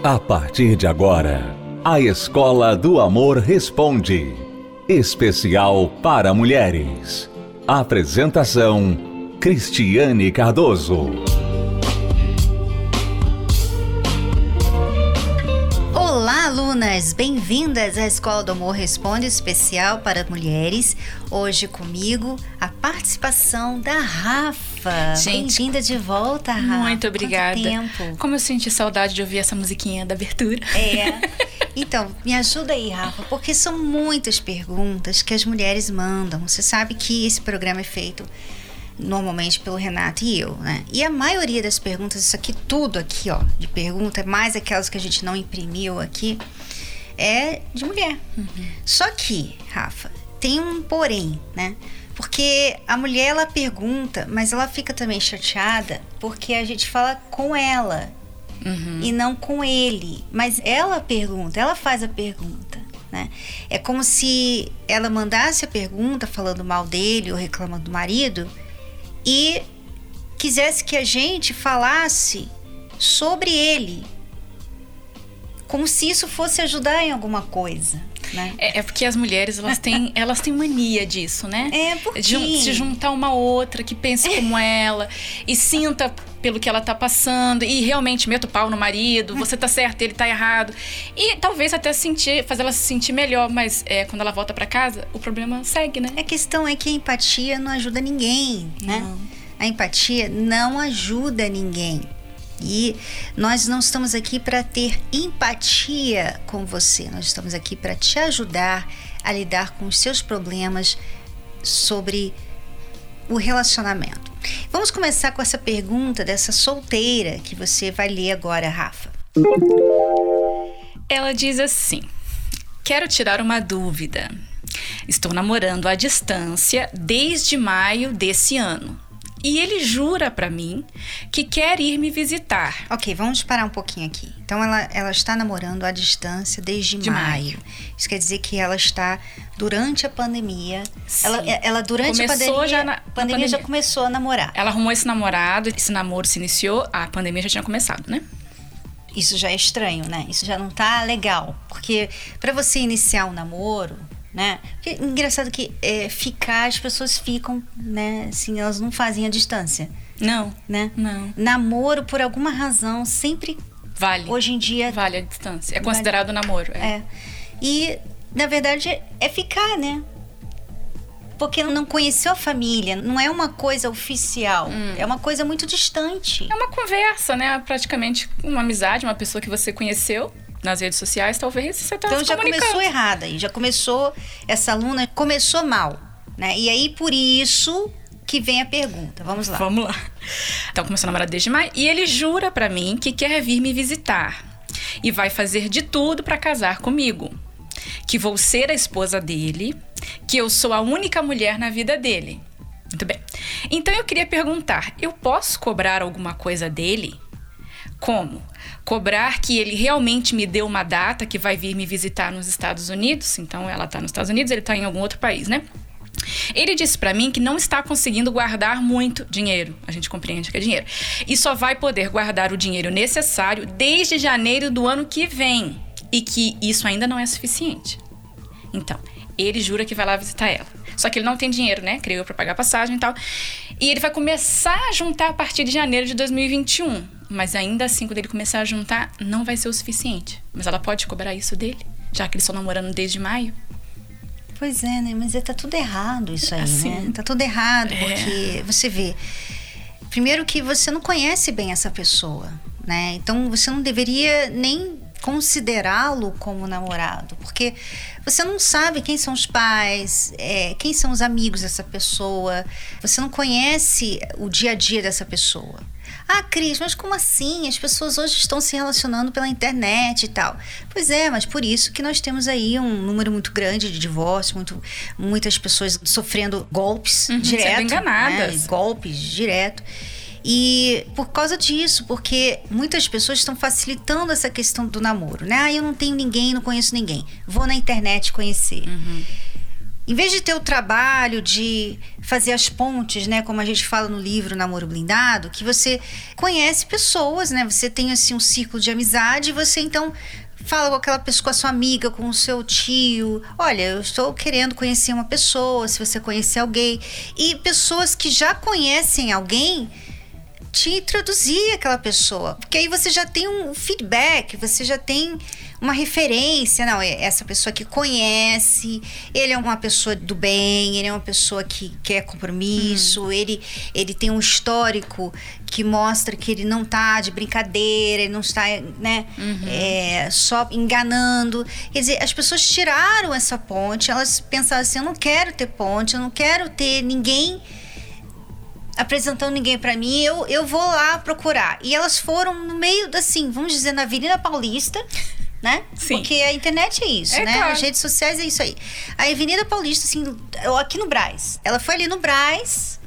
A partir de agora, a Escola do Amor Responde. Especial para mulheres. Apresentação: Cristiane Cardoso. Olá, alunas! Bem-vindas à Escola do Amor Responde, especial para mulheres. Hoje comigo, a participação da Rafa. Gente, bem-vinda de volta, Rafa. Muito obrigada. Quanto tempo? Como eu senti saudade de ouvir essa musiquinha da abertura. Então, me ajuda aí, Rafa, porque são muitas perguntas que as mulheres mandam. Você sabe que esse programa é feito normalmente pelo Renato e eu, né? E a maioria das perguntas, isso aqui, tudo aqui, ó, de pergunta, mais aquelas que a gente não imprimiu aqui, é de mulher. Só que, Rafa, tem um porém, né? Porque a mulher, ela pergunta, mas ela fica também chateada porque a gente fala com ela e não com ele. Mas ela pergunta, ela faz a pergunta, né? É como se ela mandasse a pergunta falando mal dele ou reclamando do marido e quisesse que a gente falasse sobre ele, como se isso fosse ajudar em alguma coisa, né? É porque as mulheres, elas têm mania disso, né? Porque de se juntar uma outra que pense como ela e sinta pelo que ela tá passando e realmente meta o pau no marido, você tá certo, ele tá errado. E talvez até fazer ela se sentir melhor, mas quando ela volta pra casa, o problema segue, né? A questão é que a empatia não ajuda ninguém, né? A empatia não ajuda ninguém. E nós não estamos aqui para ter empatia com você. Nós estamos aqui para te ajudar a lidar com os seus problemas sobre o relacionamento. Vamos começar com essa pergunta dessa solteira que você vai ler agora, Rafa. Ela diz assim: quero tirar uma dúvida. Estou namorando à distância desde maio desse ano. E ele jura pra mim que quer ir me visitar. Ok, vamos parar um pouquinho aqui. Então, ela está namorando à distância desde maio. Isso quer dizer que ela está durante a pandemia. Sim. Ela durante Começou a pandemia já começou a namorar. Ela arrumou esse namorado, esse namoro se iniciou, a pandemia já tinha começado, né? Isso já é estranho, né? Isso já não tá legal. Porque pra você iniciar um namoro, né? Porque, engraçado que ficar, as pessoas ficam, né? Assim, elas não fazem a distância. Não, né? Não. Namoro, por alguma razão, sempre vale. Hoje em dia vale a distância. É considerado namoro. E, na verdade, é ficar, né? Porque não conheceu a família, não é uma coisa oficial, é uma coisa muito distante. É uma conversa, né? Praticamente uma amizade, uma pessoa que você conheceu nas redes sociais, talvez você tá então se já comunicando. Começou errada aí, já começou, essa aluna começou mal, né? E aí, por isso que vem a pergunta. Vamos lá. Então, começou a namorar desde maio e ele jura pra mim que quer vir me visitar e vai fazer de tudo pra casar comigo. Que vou ser a esposa dele, que eu sou a única mulher na vida dele. Muito bem. Então, eu queria perguntar, eu posso cobrar alguma coisa dele? Como? Cobrar que ele realmente me deu uma data que vai vir me visitar nos Estados Unidos? Então, ela tá nos Estados Unidos, ele tá em algum outro país, né? Ele disse pra mim que não está conseguindo guardar muito dinheiro. A gente compreende que é dinheiro. E só vai poder guardar o dinheiro necessário desde janeiro do ano que vem. E que isso ainda não é suficiente. Então, ele jura que vai lá visitar ela. Só que ele não tem dinheiro, né? Creio eu, pra pagar passagem e tal. E ele vai começar a juntar a partir de janeiro de 2021. Mas ainda assim, quando ele começar a juntar, não vai ser o suficiente. Mas ela pode cobrar isso dele? Já que eles estão namorando desde maio? Pois é, né? Mas tá tudo errado isso aí, assim, né? Tá tudo errado, porque você vê... Primeiro que você não conhece bem essa pessoa, né? Então, você não deveria nem considerá-lo como namorado, porque você não sabe quem são os pais, quem são os amigos dessa pessoa, você não conhece o dia a dia dessa pessoa. Ah, Cris, mas como assim? As pessoas hoje estão se relacionando pela internet e tal. Pois é, mas por isso que nós temos aí um número muito grande de divórcio, muitas pessoas sofrendo golpes direto. Sendo enganadas. Né? Golpes direto. E por causa disso, porque muitas pessoas estão facilitando essa questão do namoro, né? Ah, eu não tenho ninguém, não conheço ninguém. Vou na internet conhecer. Em vez de ter o trabalho de fazer as pontes, né, como a gente fala no livro Namoro Blindado, que você conhece pessoas, né, você tem assim um círculo de amizade e você então fala com aquela pessoa, com a sua amiga, com o seu tio. Olha, eu estou querendo conhecer uma pessoa, se você conhecer alguém. E pessoas que já conhecem alguém, te introduzir aquela pessoa. Porque aí você já tem um feedback, você já tem uma referência. Não, essa pessoa que conhece, ele é uma pessoa do bem, ele é uma pessoa que quer compromisso, ele tem um histórico que mostra que ele não tá de brincadeira, ele não está, né, só enganando. Quer dizer, as pessoas tiraram essa ponte, elas pensaram assim, eu não quero ter ponte, eu não quero ter ninguém apresentando ninguém pra mim, eu vou lá procurar. E elas foram no meio, assim, vamos dizer, na Avenida Paulista, né? Sim. Porque a internet é isso, né? Claro. As redes sociais é isso aí. A Avenida Paulista, assim, aqui no Brás. Ela foi ali no Brás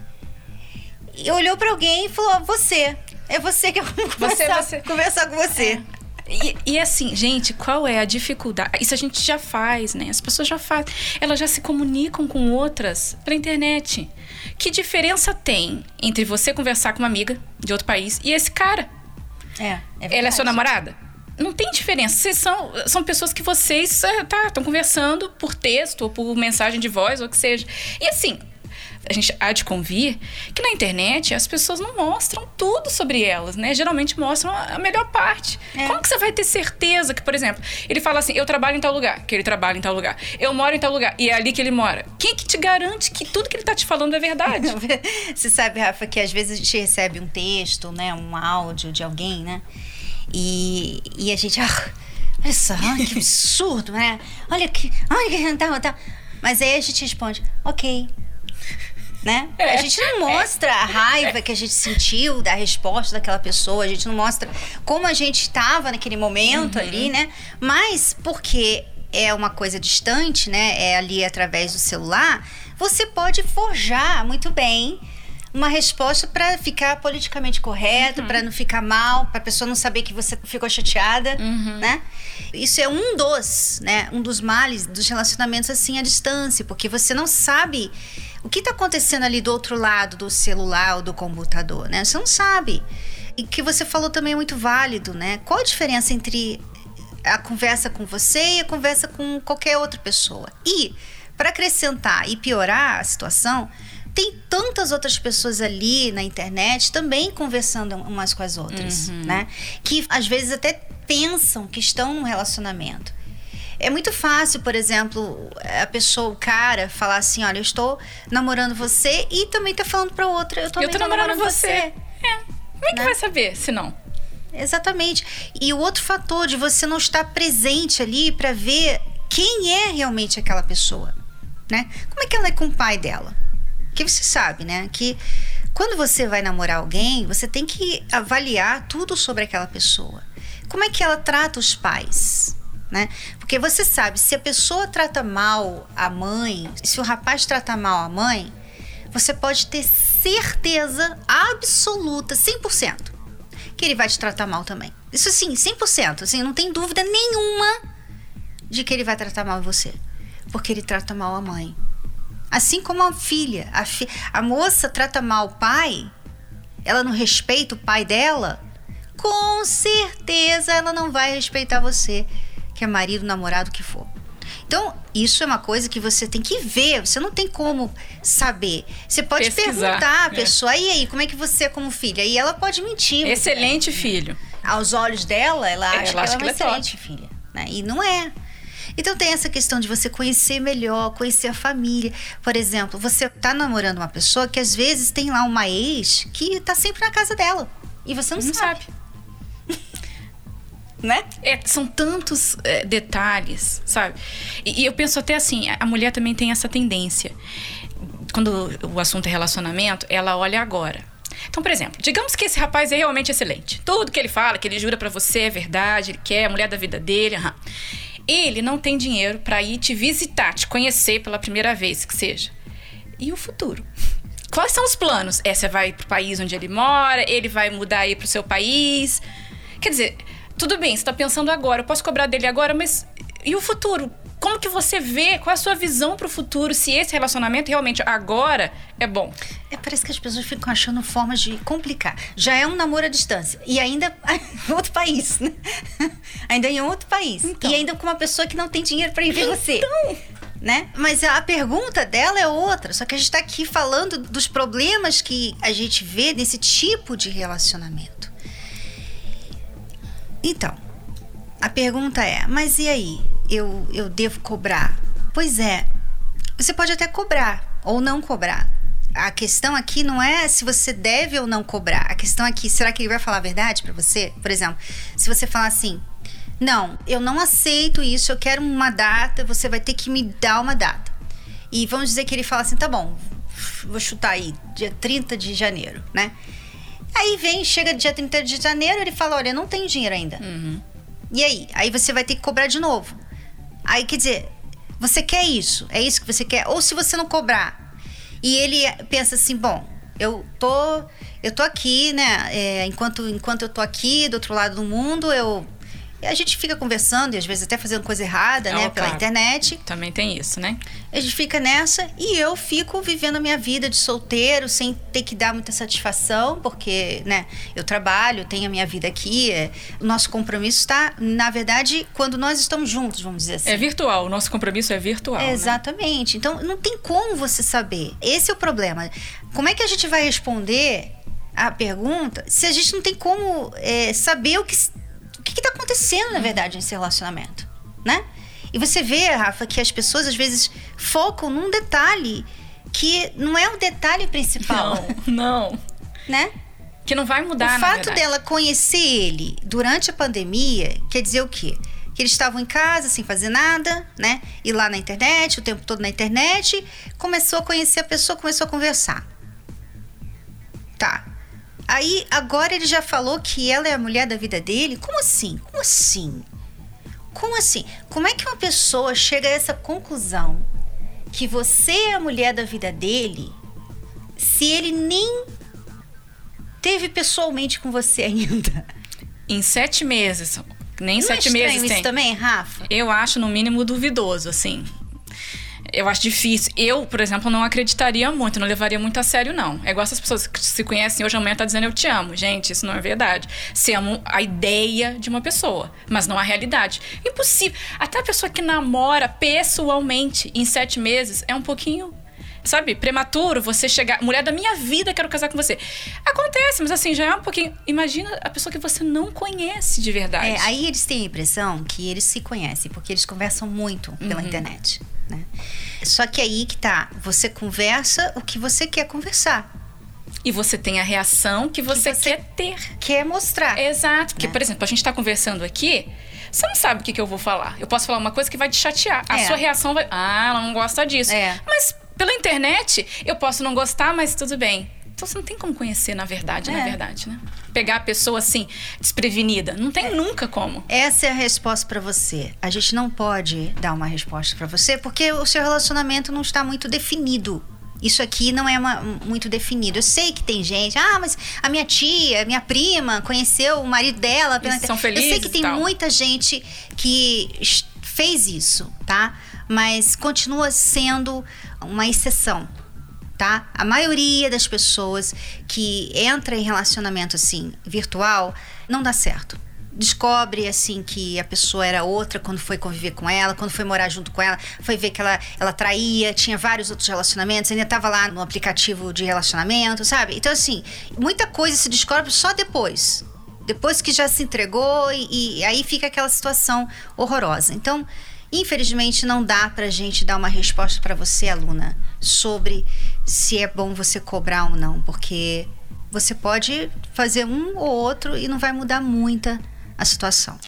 e olhou pra alguém e falou, é você que eu vou conversar com você. E assim, gente, qual é a dificuldade? Isso a gente já faz, né? As pessoas já fazem. Elas já se comunicam com outras pela internet. Que diferença tem entre você conversar com uma amiga de outro país e esse cara? Ela é sua namorada? Não tem diferença. Vocês são pessoas que vocês estão conversando por texto ou por mensagem de voz ou o que seja. E assim, a gente há de convir que na internet as pessoas não mostram tudo sobre elas, né? Geralmente mostram a melhor parte. Como que você vai ter certeza que, por exemplo, ele fala assim, eu trabalho em tal lugar, que ele trabalha em tal lugar. Eu moro em tal lugar, e é ali que ele mora. Quem que te garante que tudo que ele tá te falando é verdade? Você sabe, Rafa, que às vezes a gente recebe um texto, né? Um áudio de alguém, né? E a gente... olha só, que absurdo, né? Olha que tá. Mas aí a gente responde, ok. Né? A gente não mostra a raiva que a gente sentiu da resposta daquela pessoa, a gente não mostra como a gente estava naquele momento ali, né? Mas porque é uma coisa distante, né? É ali através do celular, você pode forjar muito bem uma resposta para ficar politicamente correto, para não ficar mal, para a pessoa não saber que você ficou chateada, né? Isso é um dos males dos relacionamentos assim à distância, porque você não sabe o que está acontecendo ali do outro lado do celular ou do computador, né? Você não sabe. E o que você falou também é muito válido, né? Qual a diferença entre a conversa com você e a conversa com qualquer outra pessoa? E, para acrescentar e piorar a situação, tem tantas outras pessoas ali na internet também conversando umas com as outras, né? Que às vezes até pensam que estão num relacionamento. É muito fácil, por exemplo, a pessoa, o cara, falar assim, olha, eu estou namorando você e também tá falando pra outra, eu também tô namorando você. Como é que vai saber, se não? Exatamente. E o outro fator de você não estar presente ali pra ver quem é realmente aquela pessoa, né? Como é que ela é com o pai dela? Porque você sabe, né, que quando você vai namorar alguém, você tem que avaliar tudo sobre aquela pessoa. Como é que ela trata os pais, né? Porque você sabe, se a pessoa trata mal a mãe, se o rapaz trata mal a mãe, você pode ter certeza absoluta, 100%, que ele vai te tratar mal também. Isso sim, 100%, assim, não tem dúvida nenhuma de que ele vai tratar mal você, porque ele trata mal a mãe. Assim como a filha. A moça trata mal o pai, ela não respeita o pai dela, com certeza ela não vai respeitar você, que é marido, namorado, o que for. Então, isso é uma coisa que você tem que ver, você não tem como saber. Você pode perguntar à pessoa, e aí, como é que você é como filha? E ela pode mentir. Excelente filho. Aos olhos dela, ela acha que ela é uma excelente filha, né? E não é. Então tem essa questão de você conhecer melhor, conhecer a família. Por exemplo, você tá namorando uma pessoa que às vezes tem lá uma ex que tá sempre na casa dela. E você não sabe. Né? São tantos detalhes, sabe? E eu penso até assim, a mulher também tem essa tendência. Quando o assunto é relacionamento, ela olha agora. Então, por exemplo, digamos que esse rapaz é realmente excelente. Tudo que ele fala, que ele jura pra você é verdade, ele quer a mulher da vida dele, Ele não tem dinheiro pra ir te visitar, te conhecer pela primeira vez, que seja. E o futuro? Quais são os planos? Você vai pro país onde ele mora, ele vai mudar aí pro seu país. Quer dizer, tudo bem, você tá pensando agora, eu posso cobrar dele agora, mas e o futuro? Como que você vê? Qual é a sua visão pro futuro? Se esse relacionamento realmente agora é bom. Parece que as pessoas ficam achando formas de complicar. Já é um namoro à distância. E ainda em outro país, né? Ainda em outro país. Então. E ainda com uma pessoa que não tem dinheiro pra ir ver você. Então. Né? Mas a pergunta dela é outra. Só que a gente tá aqui falando dos problemas que a gente vê nesse tipo de relacionamento. Então, a pergunta é, mas e aí? Eu devo cobrar? Pois é, você pode até cobrar ou não cobrar. A questão aqui não é se você deve ou não cobrar. A questão aqui, será que ele vai falar a verdade pra você? Por exemplo, se você falar assim, não, eu não aceito isso, eu quero uma data, você vai ter que me dar uma data. E vamos dizer que ele fala assim, tá bom, vou chutar aí, dia 30 de janeiro, né? Aí chega dia 30 de janeiro, ele fala, olha, eu não tenho dinheiro ainda. Uhum. E aí? Aí você vai ter que cobrar de novo. Aí, quer dizer, você quer isso? É isso que você quer? Ou se você não cobrar, e ele pensa assim, bom, eu tô aqui, né? Enquanto eu tô aqui, do outro lado do mundo, a gente fica conversando e às vezes até fazendo coisa errada, né? Pela internet. Também tem isso, né? A gente fica nessa e eu fico vivendo a minha vida de solteiro sem ter que dar muita satisfação, porque, né? Eu trabalho, tenho a minha vida aqui. O nosso compromisso está, na verdade, quando nós estamos juntos, vamos dizer assim. É virtual, o nosso compromisso é virtual, né? Exatamente. Então, não tem como você saber. Esse é o problema. Como é que a gente vai responder a pergunta se a gente não tem como saber o que está acontecendo, na verdade, nesse relacionamento, né? E você vê, Rafa, que as pessoas às vezes focam num detalhe que não é o detalhe principal. Não. Né? Que não vai mudar, O fato dela conhecer ele durante a pandemia quer dizer o quê? Que eles estavam em casa sem fazer nada, né? E lá na internet, o tempo todo na internet, começou a conhecer a pessoa, começou a conversar. Tá. Aí, agora ele já falou que ela é a mulher da vida dele? Como assim? Como assim? Como assim? Como é que uma pessoa chega a essa conclusão que você é a mulher da vida dele se ele nem teve pessoalmente com você ainda? Em 7 meses. Nem não 7 meses tem. Isso também, Rafa? Eu acho, no mínimo, duvidoso, assim. Eu acho difícil. Eu, por exemplo, não acreditaria muito, não levaria muito a sério, não. É igual essas pessoas que se conhecem hoje, amanhã tá dizendo eu te amo. Gente, isso não é verdade. Você ama a ideia de uma pessoa, mas não a realidade. Impossível. Até a pessoa que namora pessoalmente em 7 meses é um pouquinho, sabe, prematuro você chegar... Mulher da minha vida, quero casar com você. Acontece, mas assim, já é um pouquinho... Imagina a pessoa que você não conhece de verdade. Aí eles têm a impressão que eles se conhecem, porque eles conversam muito pela internet. Né? Só que aí que tá, você conversa o que você quer conversar. E você tem a reação que você quer ter. Quer mostrar. Exato. Porque, por exemplo, a gente tá conversando aqui, você não sabe o que eu vou falar. Eu posso falar uma coisa que vai te chatear. A sua reação vai... ela não gosta disso. Mas pela internet, eu posso não gostar, mas tudo bem. Então você não tem como conhecer na verdade, né? Pegar a pessoa assim, desprevenida. Não tem nunca como. Essa é a resposta pra você. A gente não pode dar uma resposta pra você porque o seu relacionamento não está muito definido. Isso aqui não é muito definido. Eu sei que tem gente... mas a minha tia, minha prima conheceu o marido dela. São felizes. Eu sei que tem muita gente que fez isso, tá? Mas continua sendo uma exceção. Tá? A maioria das pessoas que entra em relacionamento assim, virtual, não dá certo. Descobre assim que a pessoa era outra quando foi conviver com ela, quando foi morar junto com ela, foi ver que ela traía, tinha vários outros relacionamentos, ainda estava lá no aplicativo de relacionamento, sabe? Então assim, muita coisa se descobre só depois que já se entregou e aí fica aquela situação horrorosa. Então, infelizmente, não dá pra gente dar uma resposta pra você, aluna, sobre se é bom você cobrar ou não, porque você pode fazer um ou outro e não vai mudar muita a situação.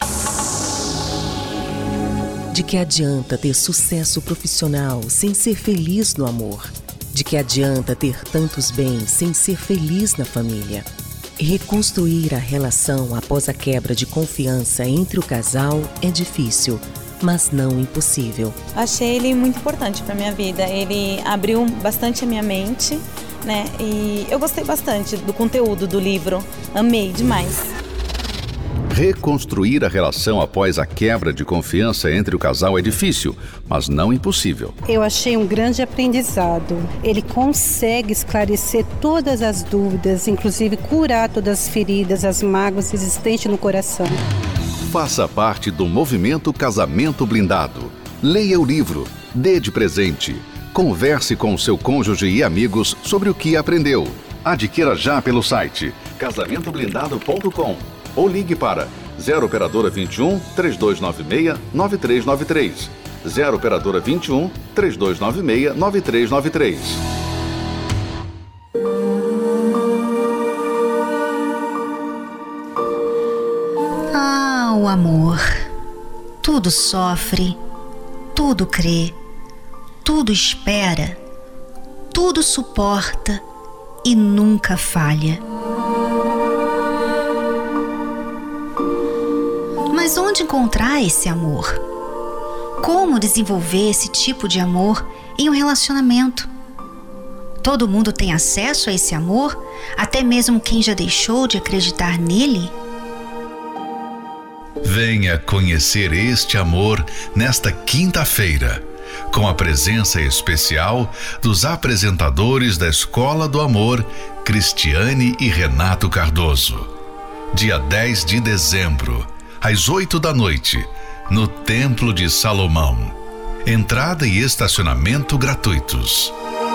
De que adianta ter sucesso profissional sem ser feliz no amor? De que adianta ter tantos bens sem ser feliz na família? Reconstruir a relação após a quebra de confiança entre o casal é difícil, mas não impossível. Achei ele muito importante para minha vida. Ele abriu bastante a minha mente, né? E eu gostei bastante do conteúdo do livro. Amei demais. Reconstruir a relação após a quebra de confiança entre o casal é difícil, mas não impossível. Eu achei um grande aprendizado. Ele consegue esclarecer todas as dúvidas, inclusive curar todas as feridas, as mágoas existentes no coração. Faça parte do movimento Casamento Blindado. Leia o livro, dê de presente. Converse com o seu cônjuge e amigos sobre o que aprendeu. Adquira já pelo site casamentoblindado.com ou ligue para 0 operadora 21 3296 9393. 0 operadora 21 3296 9393. Ah, o amor. Tudo sofre, tudo crê, tudo espera, tudo suporta e nunca falha. Mas onde encontrar esse amor? Como desenvolver esse tipo de amor em um relacionamento? Todo mundo tem acesso a esse amor, até mesmo quem já deixou de acreditar nele? Venha conhecer este amor nesta quinta-feira, com a presença especial dos apresentadores da Escola do Amor, Cristiane e Renato Cardoso. Dia 10 de dezembro, às 20h, no Templo de Salomão. Entrada e estacionamento gratuitos.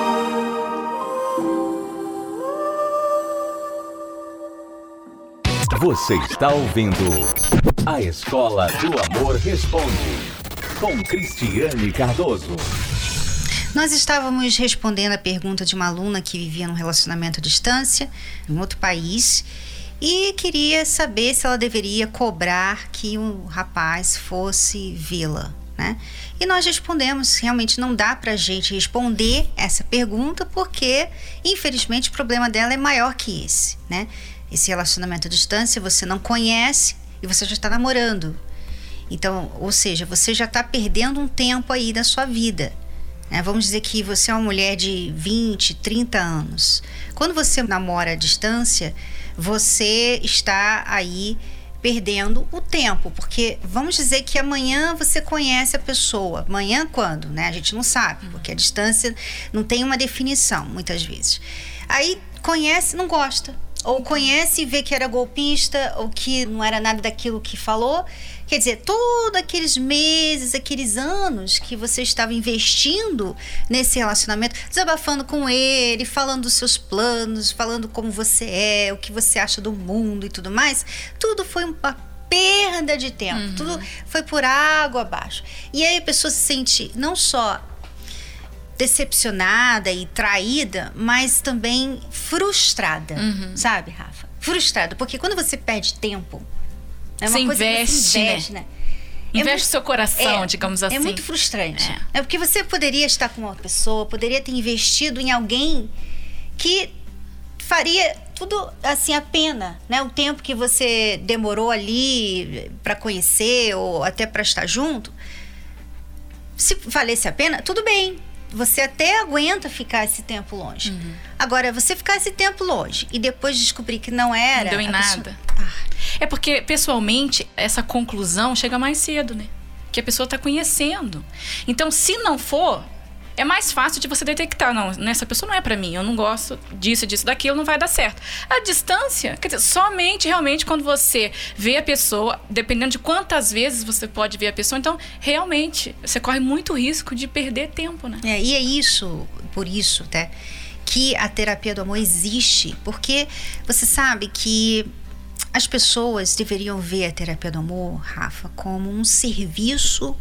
Você está ouvindo A Escola do Amor Responde, com Cristiane Cardoso. Nós estávamos respondendo a pergunta de uma aluna que vivia num relacionamento à distância, em outro país, e queria saber se ela deveria cobrar que um rapaz fosse vê-la, né? E nós respondemos, realmente não dá pra gente responder essa pergunta, porque, infelizmente, o problema dela é maior que esse, né? Esse relacionamento à distância você não conhece e você já está namorando. Então, ou seja, você já está perdendo um tempo aí da sua vida. Vamos dizer que você é uma mulher de 20, 30 anos. Quando você namora à distância, você está aí perdendo o tempo, porque vamos dizer que amanhã você conhece a pessoa. Amanhã quando, né? A gente não sabe, porque a distância não tem uma definição, muitas vezes. Aí conhece, não gosta. Ou conhece e vê que era golpista, ou que não era nada daquilo que falou. Quer dizer, todos aqueles meses, aqueles anos que você estava investindo nesse relacionamento, desabafando com ele, falando dos seus planos, falando como você é, o que você acha do mundo e tudo mais, tudo foi uma perda de tempo, tudo foi por água abaixo. E aí a pessoa se sente não só decepcionada e traída, mas também frustrada, sabe, Rafa? Frustrada, porque quando você perde tempo, é uma coisa que você investe, né? Investe seu coração, digamos assim. É muito frustrante. É porque você poderia estar com uma pessoa, poderia ter investido em alguém que faria tudo assim a pena, né? O tempo que você demorou ali para conhecer ou até para estar junto, se valesse a pena, tudo bem. Você até aguenta ficar esse tempo longe. Agora, você ficar esse tempo longe e depois descobrir que não era... Não deu em nada. É porque, pessoalmente, essa conclusão chega mais cedo, né? Que a pessoa está conhecendo. Então, se não for, é mais fácil de você detectar. Não, essa pessoa não é pra mim. Eu não gosto disso, daquilo, não vai dar certo. A distância, quer dizer, somente realmente quando você vê a pessoa, dependendo de quantas vezes você pode ver a pessoa, então, realmente, você corre muito risco de perder tempo, né? E é isso, por isso, até, que a terapia do amor existe. Porque você sabe que as pessoas deveriam ver a terapia do amor, Rafa, como um serviço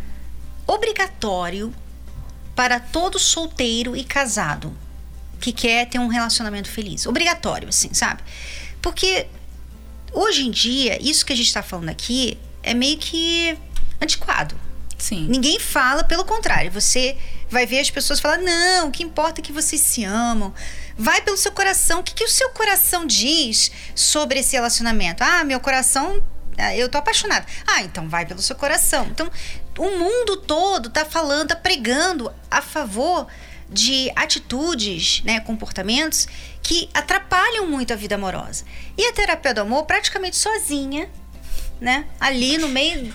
obrigatório para todo solteiro e casado que quer ter um relacionamento feliz. Obrigatório, assim, sabe? Porque hoje em dia, isso que a gente está falando aqui é meio que antiquado. Sim. Ninguém fala, pelo contrário. Você vai ver as pessoas falar, não, o que importa é que vocês se amam. Vai pelo seu coração. O que o seu coração diz sobre esse relacionamento? Ah, meu coração... eu tô apaixonada. Ah, então vai pelo seu coração. Então, o mundo todo tá falando, tá pregando a favor de atitudes, né, comportamentos que atrapalham muito a vida amorosa. E a terapia do amor, praticamente sozinha, né? Ali no meio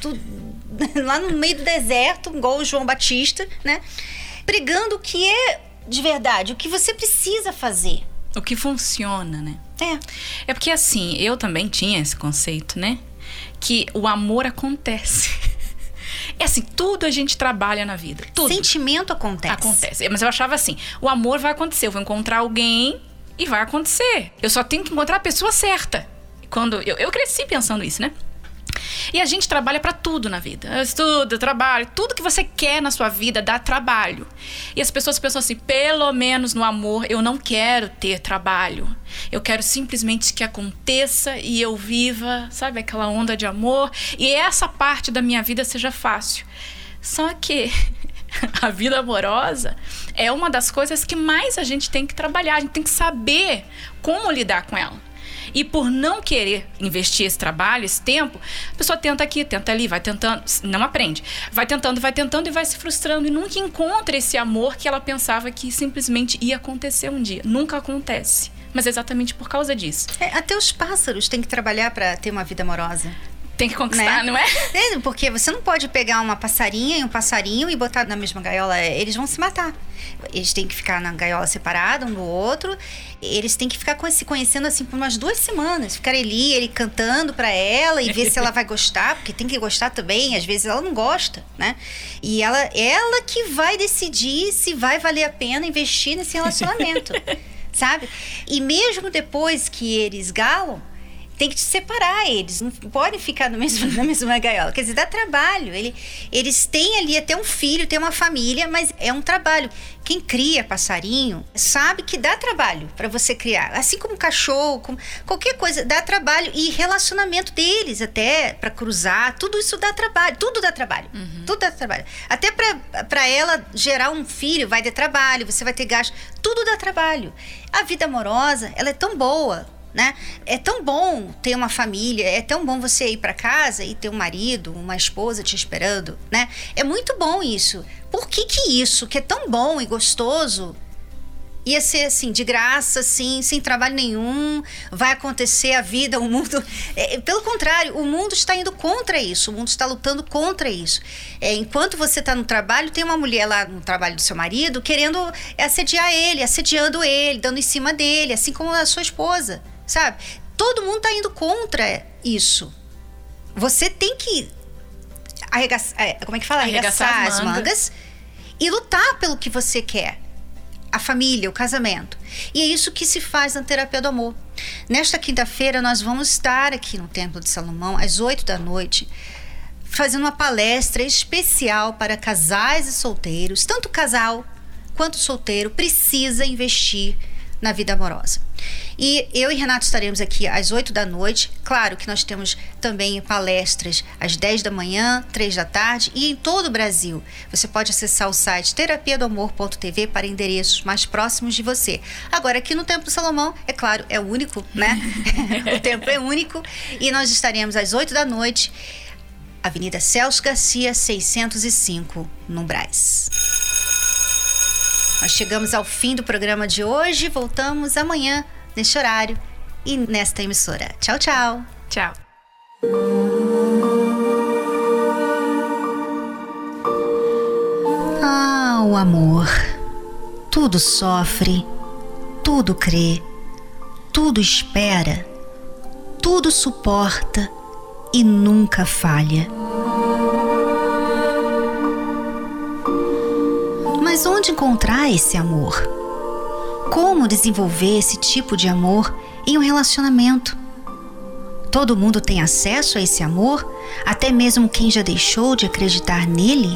lá no meio do deserto, igual o João Batista, né? Pregando o que é de verdade, o que você precisa fazer. O que funciona, né? É porque assim, eu também tinha esse conceito, né? Que o amor acontece. É assim, tudo a gente trabalha na vida. Tudo. Sentimento acontece. Acontece. Mas eu achava assim, o amor vai acontecer. Eu vou encontrar alguém e vai acontecer. Eu só tenho que encontrar a pessoa certa. Quando eu cresci pensando isso, né? E a gente trabalha pra tudo na vida. Eu estudo, eu trabalho. Tudo que você quer na sua vida dá trabalho. E as pessoas pensam assim, pelo menos no amor, eu não quero ter trabalho. Eu quero simplesmente que aconteça e eu viva, sabe, aquela onda de amor. E essa parte da minha vida seja fácil. Só que a vida amorosa é uma das coisas que mais a gente tem que trabalhar. A gente tem que saber como lidar com ela. E por não querer investir esse trabalho, esse tempo, a pessoa tenta aqui, tenta ali, vai tentando, não aprende. Vai tentando e vai se frustrando. E nunca encontra esse amor que ela pensava que simplesmente ia acontecer um dia. Nunca acontece. Mas é exatamente por causa disso. Até os pássaros têm que trabalhar para ter uma vida amorosa. Tem que conquistar, né? Não é? Porque você não pode pegar uma passarinha e um passarinho e botar na mesma gaiola. Eles vão se matar. Eles têm que ficar na gaiola separada um do outro. Eles têm que ficar se conhecendo assim por umas 2 semanas. Ficar ali, ele cantando pra ela e ver se ela vai gostar, porque tem que gostar também. Às vezes ela não gosta, né? E ela que vai decidir se vai valer a pena investir nesse relacionamento, sabe? E mesmo depois que eles galam, tem que separar eles, não podem ficar na mesma gaiola. Quer dizer, dá trabalho. Eles têm ali até um filho, tem uma família, mas é um trabalho. Quem cria passarinho sabe que dá trabalho para você criar. Assim como cachorro, como qualquer coisa, dá trabalho. E relacionamento deles até, para cruzar, tudo isso dá trabalho. Tudo dá trabalho. Uhum. Tudo dá trabalho. Até para ela gerar um filho, vai ter trabalho, você vai ter gasto. Tudo dá trabalho. A vida amorosa, ela é tão boa, né? É tão bom ter uma família, é tão bom você ir para casa e ter um marido, uma esposa te esperando, né? É muito bom isso. Por que isso, que é tão bom e gostoso, ia ser assim, de graça, assim, sem trabalho nenhum, vai acontecer a vida, o mundo... pelo contrário, o mundo está indo contra isso, o mundo está lutando contra isso. Enquanto você está no trabalho, tem uma mulher lá no trabalho do seu marido querendo assediar ele, assediando ele, dando em cima dele, assim como a sua esposa, sabe? Todo mundo está indo contra isso. Você tem que arregaçar as mangas e lutar pelo que você quer. A família, o casamento. E é isso que se faz na Terapia do Amor. Nesta quinta-feira, nós vamos estar aqui no Templo de Salomão, às 8 da noite, fazendo uma palestra especial para casais e solteiros. Tanto casal quanto solteiro precisa investir na vida amorosa. E eu e Renato estaremos aqui às 8 da noite. Claro que nós temos também palestras às 10 da manhã, 3 da tarde e em todo o Brasil. Você pode acessar o site terapiadoamor.tv para endereços mais próximos de você. Agora, aqui no Templo Salomão, é claro, é único, né? O templo é único e nós estaremos às 8 da noite, Avenida Celso Garcia, 605, no Brás. Nós chegamos ao fim do programa de hoje. Voltamos amanhã, neste horário e nesta emissora. Tchau, tchau. Tchau. Ah, o amor. Tudo sofre, tudo crê, tudo espera, tudo suporta e nunca falha. Mas onde encontrar esse amor? Como desenvolver esse tipo de amor em um relacionamento? Todo mundo tem acesso a esse amor, até mesmo quem já deixou de acreditar nele?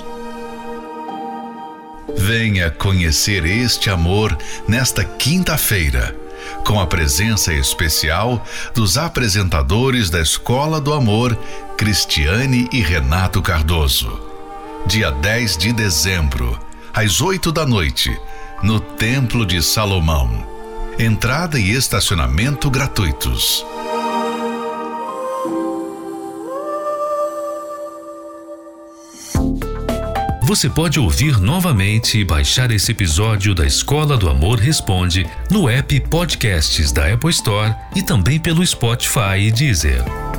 Venha conhecer este amor nesta quinta-feira, com a presença especial dos apresentadores da Escola do Amor, Cristiane e Renato Cardoso. Dia 10 de dezembro, às 8 da noite, no Templo de Salomão. Entrada e estacionamento gratuitos. Você pode ouvir novamente e baixar esse episódio da Escola do Amor Responde no app Podcasts da Apple Store e também pelo Spotify e Deezer.